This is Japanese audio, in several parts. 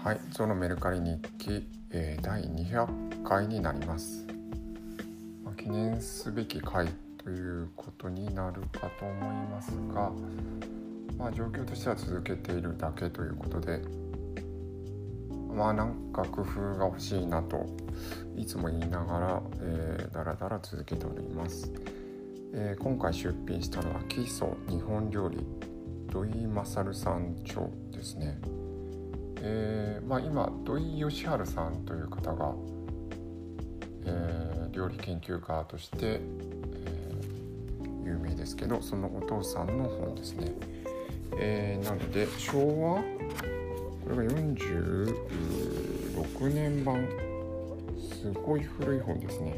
はい、ゾウのメルカリ日記、第200回になります。記念すべき回ということになるかと思いますが、状況としては続けているだけということで、なんか工夫が欲しいなといつも言いながら、だらだら続けております。今回出品したのは基礎日本料理土井勝さん著ですね。今土井善晴さんという方が、料理研究家として、有名ですけど、そのお父さんの本ですね。なので昭和これが46年版、すごい古い本ですね。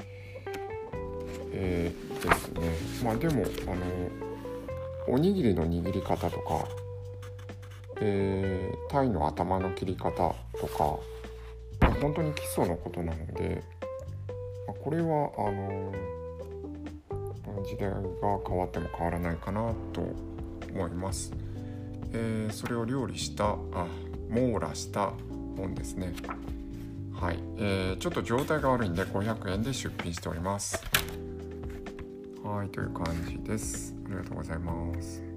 ですね。でもおにぎりの握り方とか、鯛の頭の切り方とか、本当に基礎のことなので、これは時代が変わっても変わらないかなと思います。それを網羅した本ですね。はい、ちょっと状態が悪いんで500円で出品しております。はい、という感じです。ありがとうございます。